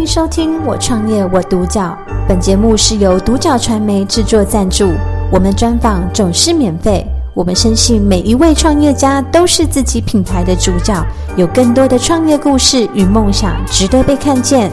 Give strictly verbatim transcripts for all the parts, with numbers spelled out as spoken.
收听我创业我独角，本节目是由独角传媒制作赞助，我们专访总是免费。我们深信每一位创业家都是自己品牌的主角，有更多的创业故事与梦想值得被看见。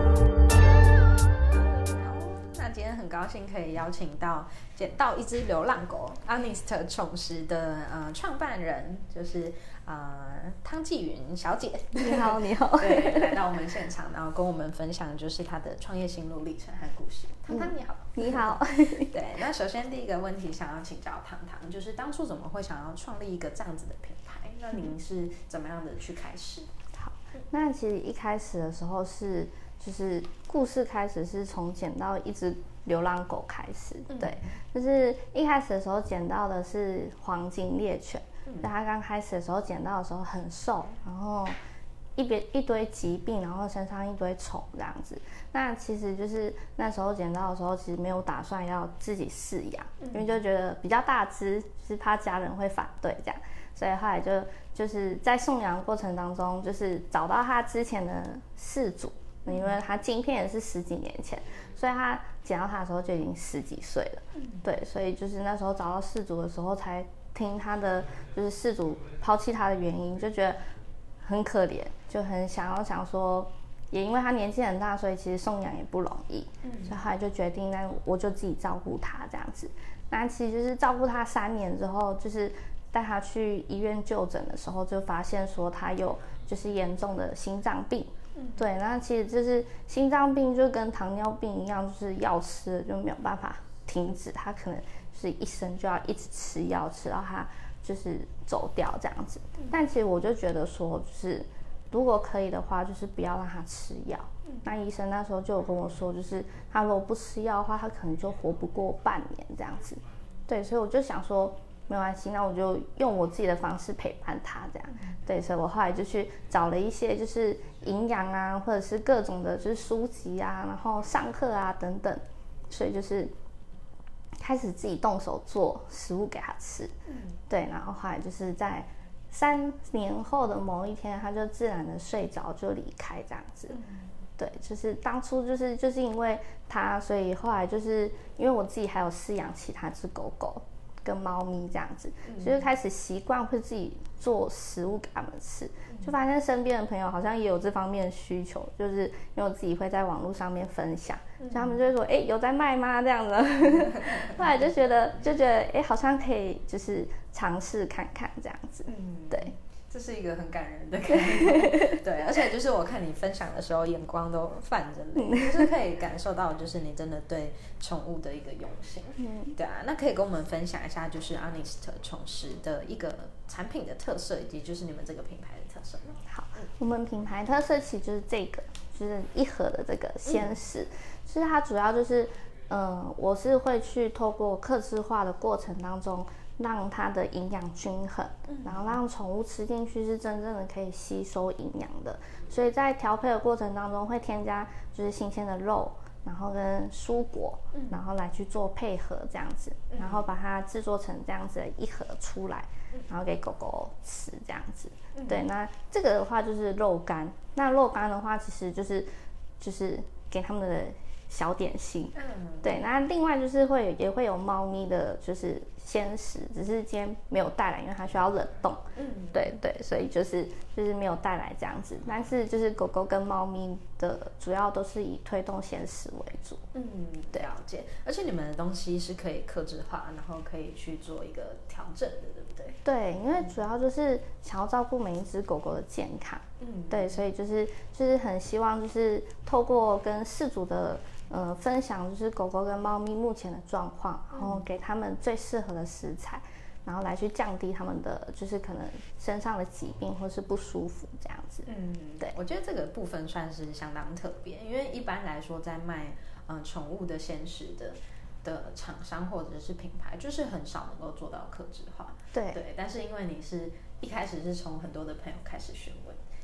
那今天很高兴可以邀请到捡到一只流浪狗 Honest 宠食的呃创办人，就是呃汤纪云小姐。 你好，你好。 对，来到我们现场，然后跟我们分享就是她的创业心路历程和故事。汤汤你好。 你好。 对，那首先第一个问题想要请教汤汤，就是当初怎么会想要创立一个这样子的品牌？那您是怎么样的去开始？ 好，那其实一开始的时候是，就是故事开始是从捡到一只流浪狗开始，嗯、对，就是一开始的时候捡到的是黄金猎犬，嗯、它刚开始的时候捡到的时候很瘦，然后一边一堆疾病，然后身上一堆虫这样子。那其实就是那时候捡到的时候，其实没有打算要自己饲养，嗯、因为就觉得比较大只，就是怕家人会反对这样，所以后来就就是在送养过程当中，就是找到他之前的饲主，嗯、因为他晶片也是十几年前，所以他捡到他的时候就已经十几岁了，嗯、对，所以就是那时候找到饲主的时候，才听他的就是饲主抛弃他的原因，就觉得很可怜，就很想要想说，也因为他年纪很大，所以其实送养也不容易，嗯、所以后来就决定，那我就自己照顾他这样子。那其实就是照顾他三年之后，就是带他去医院就诊的时候，就发现说他有就是严重的心脏病。嗯、对，那其实就是心脏病就跟糖尿病一样，就是药吃了就没有办法停止，他可能就是一生就要一直吃药，吃到他就是走掉这样子。嗯、但其实我就觉得说，就是如果可以的话，就是不要让他吃药。嗯、那医生那时候就有跟我说，就是他如果不吃药的话，他可能就活不过半年这样子。对，所以我就想说没关系，那我就用我自己的方式陪伴他这样。嗯、对，所以我后来就去找了一些就是营养啊，或者是各种的就是书籍啊，然后上课啊等等，所以就是开始自己动手做食物给他吃。嗯、对，然后后来就是在三年后的某一天，他就自然的睡着就离开这样子。嗯、对，就是当初就是就是因为他，所以后来就是因为我自己还有饲养其他只狗狗跟猫咪这样子，嗯、就是开始习惯会自己做食物给他们吃，嗯、就发现身边的朋友好像也有这方面的需求，就是因为我自己会在网络上面分享，嗯、所以他们就会说，哎、欸，有在卖吗？这样子，后来就觉得就觉得，哎、欸，好像可以就是尝试看看这样子，嗯、对。 这是一个很感人的概念，对，而且就是我看你分享的时候，眼光都泛着泪，就是可以感受到，就是你真的对宠物的一个用心，嗯，对啊，那可以跟我们分享一下，就是 Honest 宠食的一个产品的特色，以及就是你们这个品牌的特色吗？ 好，嗯、我们品牌特色其实就是这个，就是一盒的这个鲜食，嗯、其实它主要就是，嗯、呃，我是会去透过客制化的过程当中，让它的营养均衡，嗯、然后让宠物吃进去是真正的可以吸收营养的。所以在调配的过程当中会添加就是新鲜的肉，然后跟蔬果，嗯、然后来去做配合这样子，嗯、然后把它制作成这样子的一盒出来，嗯、然后给狗狗吃这样子。嗯、对，那这个的话就是肉干，那肉干的话其实就是就是给他们的小点心，嗯、对，那另外就是会也会有猫咪的，就是鲜食，只是今天没有带来，因为它需要冷冻，嗯，对对，所以就是就是没有带来这样子，但是就是狗狗跟猫咪的主要都是以推动鲜食为主， 嗯，对，了解，而且你们的东西是可以客制化，然后可以去做一个调整的，对不对？ 对，因为主要就是想要照顾每一只狗狗的健康，嗯，对，所以就是就是很希望就是透过跟饲主的呃，分享就是狗狗跟猫咪目前的状况，然后给他们最适合的食材，然后来去降低他们的就是可能身上的疾病或是不舒服这样子。 嗯，对，我觉得这个部分算是相当特别，因为一般来说在卖呃宠物的鲜食的的厂商或者是品牌，就是很少能够做到客制化。 对对，但是因为你是一开始是从很多的朋友开始询问。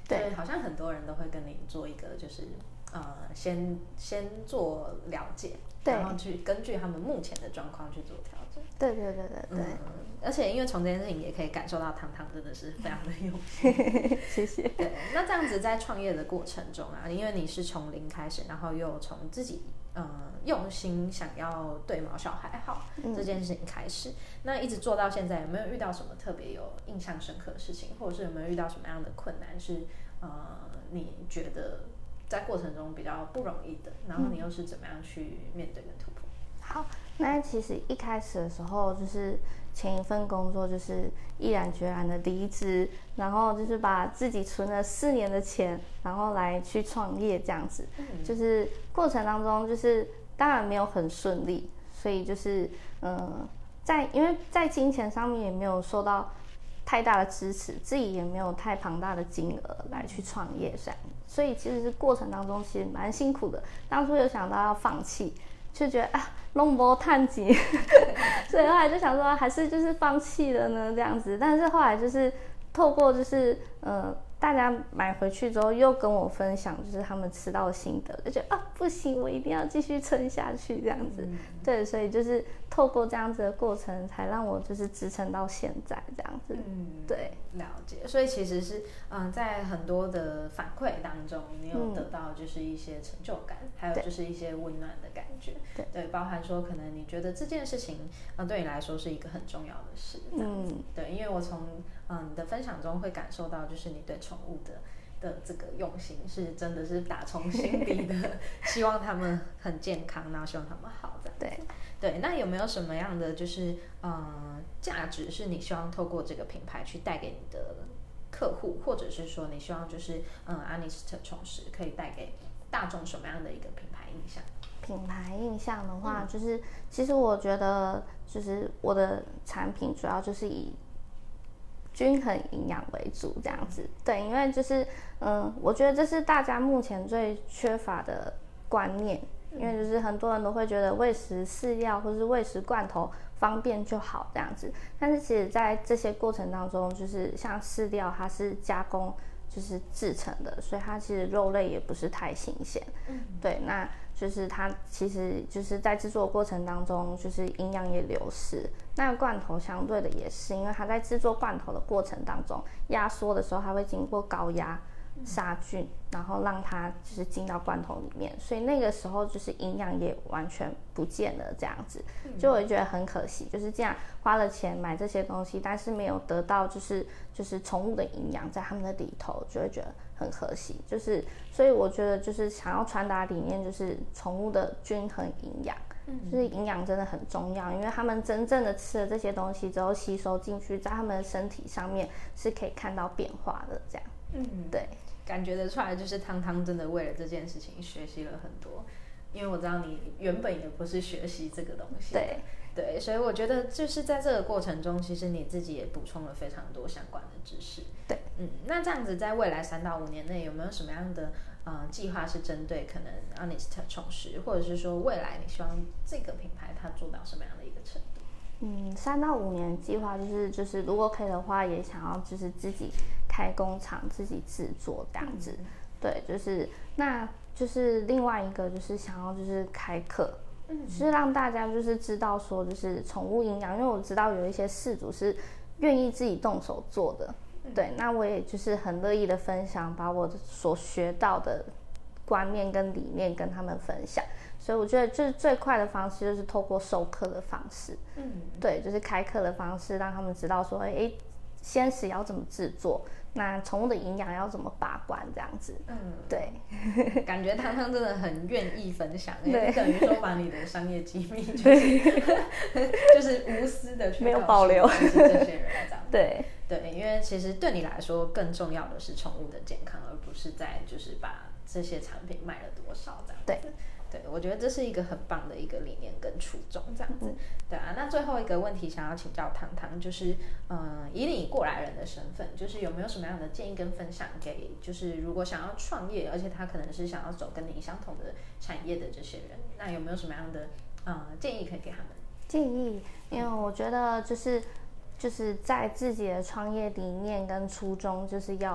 对，所以好像很多人都会跟你做一个就是呃先先做了解，然后去根据他们目前的状况去做调整。 对对对对对、 嗯，而且因为从这件事情也可以感受到汤汤真的是非常的用心。 谢谢。 对，那这样子在创业的过程中啊，因为你是从零开始，然后又从自己呃用心想要对毛小孩好、嗯、这件事情开始，那一直做到现在，有没有遇到什么特别有印象深刻的事情，或者是有没有遇到什么样的困难是呃你觉得在过程中比较不容易的，然后你又是怎么样去面对跟突破？ 好，那其实一开始的时候，就是前一份工作就是毅然决然的离职，然后就是把自己存了四年的钱，然后来去创业这样子。嗯、就是过程当中，就是当然没有很顺利，所以就是嗯，在因为在金钱上面也没有受到太大的支持，自己也没有太庞大的金额来去创业上，所以其实是过程当中其实蛮辛苦的。当初有想到要放弃。就觉得啊，弄不探钱，所以后来就想说，还是就是放弃了呢这样子。但是后来就是透过就是呃，大家买回去之后又跟我分享，就是他们吃到的心得，就觉得啊，不行，我一定要继续撑下去这样子。嗯、对，所以就是透过这样子的过程，才让我就是支撑到现在这样子。嗯，对， 了解。所以其实是嗯，在很多的反馈当中，你有得到就是一些成就感，嗯、还有就是一些温暖的感觉。对，对，包含说可能你觉得这件事情，嗯，对你来说是一个很重要的事。嗯，对，因为我从嗯你的分享中会感受到，就是你对宠物的的这个用心是真的是打从心底的，希望他们很健康，然后希望他们好这样。 对对，那有没有什么样的就是呃价值是你希望透过这个品牌去带给你的客户，或者是说你希望就是嗯 Honest 宠食可以带给大众什么样的一个品牌印象？ 品牌印象的话，嗯、就是其实我觉得就是我的产品主要就是以均衡营养为主这样子。对，因为就是嗯，我觉得这是大家目前最缺乏的观念，因为就是很多人都会觉得喂食饲料或是喂食罐头方便就好这样子，但是其实在这些过程当中，就是像饲料它是加工就是制成的，所以它其实肉类也不是太新鲜。嗯，对，那就是它其实就是在制作过程当中，就是营养也流失。那罐头相对的也是，因为它在制作罐头的过程当中，压缩的时候它会经过高压杀菌，然后让它就是进到罐头里面，所以那个时候就是营养也完全不见了这样子，就我觉得很可惜，就是这样花了钱买这些东西，但是没有得到就是就是宠物的营养在他们的里头，就会觉得很可惜。就是所以我觉得就是想要传达理念，就是宠物的均衡营养。就是营养真的很重要，因为他们真正的吃了这些东西之后吸收进去，在他们的身体上面是可以看到变化的这样。嗯，对， 感觉得出来就是汤汤真的为了这件事情学习了很多，因为我知道你原本也不是学习这个东西。 对对，所以我觉得就是在这个过程中，其实你自己也补充了非常多相关的知识。 对， 嗯，那这样子在未来三到五年内有没有什么样的呃计划是针对可能 Honest 宠食，或者是说未来你希望这个品牌它做到什么样的一个程度？ 嗯，三到五年计划就是就是如果可以的话，也想要就是自己开工厂，自己制作这样子。嗯、对，就是那就是另外一个就是想要就是开课。嗯，就是让大家就是知道说就是宠物营养，因为我知道有一些饲主是愿意自己动手做的。嗯、对，那我也就是很乐意的分享，把我所学到的观念跟理念跟他们分享。所以我觉得就是最快的方式就是透过授课的方式。嗯，对，就是开课的方式，让他们知道说，哎，鲜食要怎么制作，那宠物的营养要怎么把关这样子。嗯，对， 感觉汤汤真的很愿意分享，对，等于说把你的商业机密就是就是无私的去没有保留这些人这样。 对对，因为其实对你来说更重要的是宠物的健康，而不是在就是把这些产品卖了多少这样子。 对。 对，我觉得这是一个很棒的一个理念跟初衷，这样子。嗯、对啊，那最后一个问题想要请教汤汤，就是，呃，以你过来人的身份，就是有没有什么样的建议跟分享给，就是如果想要创业，而且他可能是想要走跟你相同的产业的这些人，那有没有什么样的呃建议可以给他们？ 建议，因为我觉得就是就是在自己的创业理念跟初衷，就是要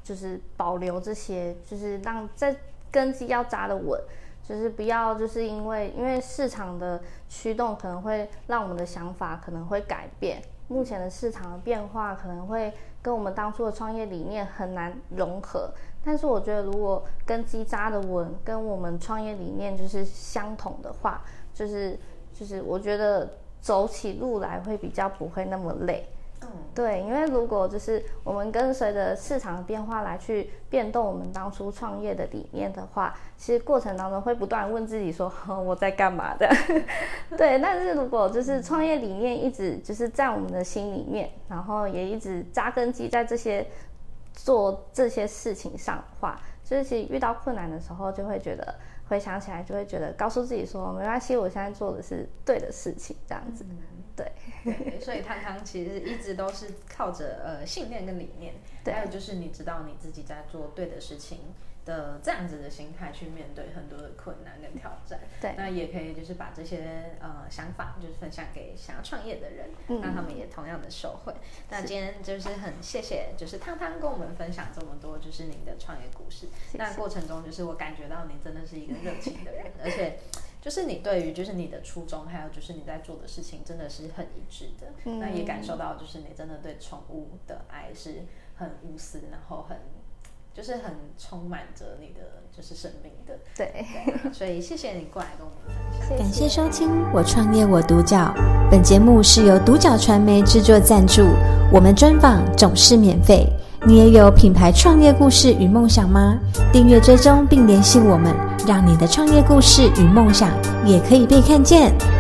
就是保留这些，就是让这根基要扎得稳，就是不要就是因为因为市场的驱动可能会让我们的想法可能会改变，目前的市场的变化可能会跟我们当初的创业理念很难融合，但是我觉得如果根基扎得稳，跟我们创业理念就是相同的话，就是就是我觉得走起路来会比较不会那么累。嗯，对，因为如果就是我们跟随着市场的变化来去变动我们当初创业的理念的话，其实过程当中会不断问自己说、哦、我在干嘛的对，但是如果就是创业理念一直就是在我们的心里面，然后也一直扎根基在这些做这些事情上的话，就是其实遇到困难的时候就会觉得回想起来就会觉得告诉自己说没关系，我现在做的是对的事情这样子、嗯对, 对，所以汤汤其实一直都是靠着呃信念跟理念，还有就是你知道你自己在做对的事情的这样子的心态去面对很多的困难跟挑战。对，那也可以就是把这些呃想法就是分享给想要创业的人，嗯、让他们也同样的受惠。那今天就是很谢谢就是汤汤跟我们分享这么多就是您的创业故事。那过程中就是我感觉到你真的是一个热情的人，而且就是你对于就是你的初衷还有就是你在做的事情真的是很一致的、嗯、那也感受到就是你真的对宠物的爱是很无私，然后很就是很充满着你的就是生命的。 对, 对、啊、所以谢谢你过来跟我们分享。 感谢收听我创业我独角，本节目是由独角传媒制作赞助，我们专访总是免费。你也有品牌创业故事与梦想吗？订阅追踪并联系我们，让你的创业故事与梦想也可以被看见。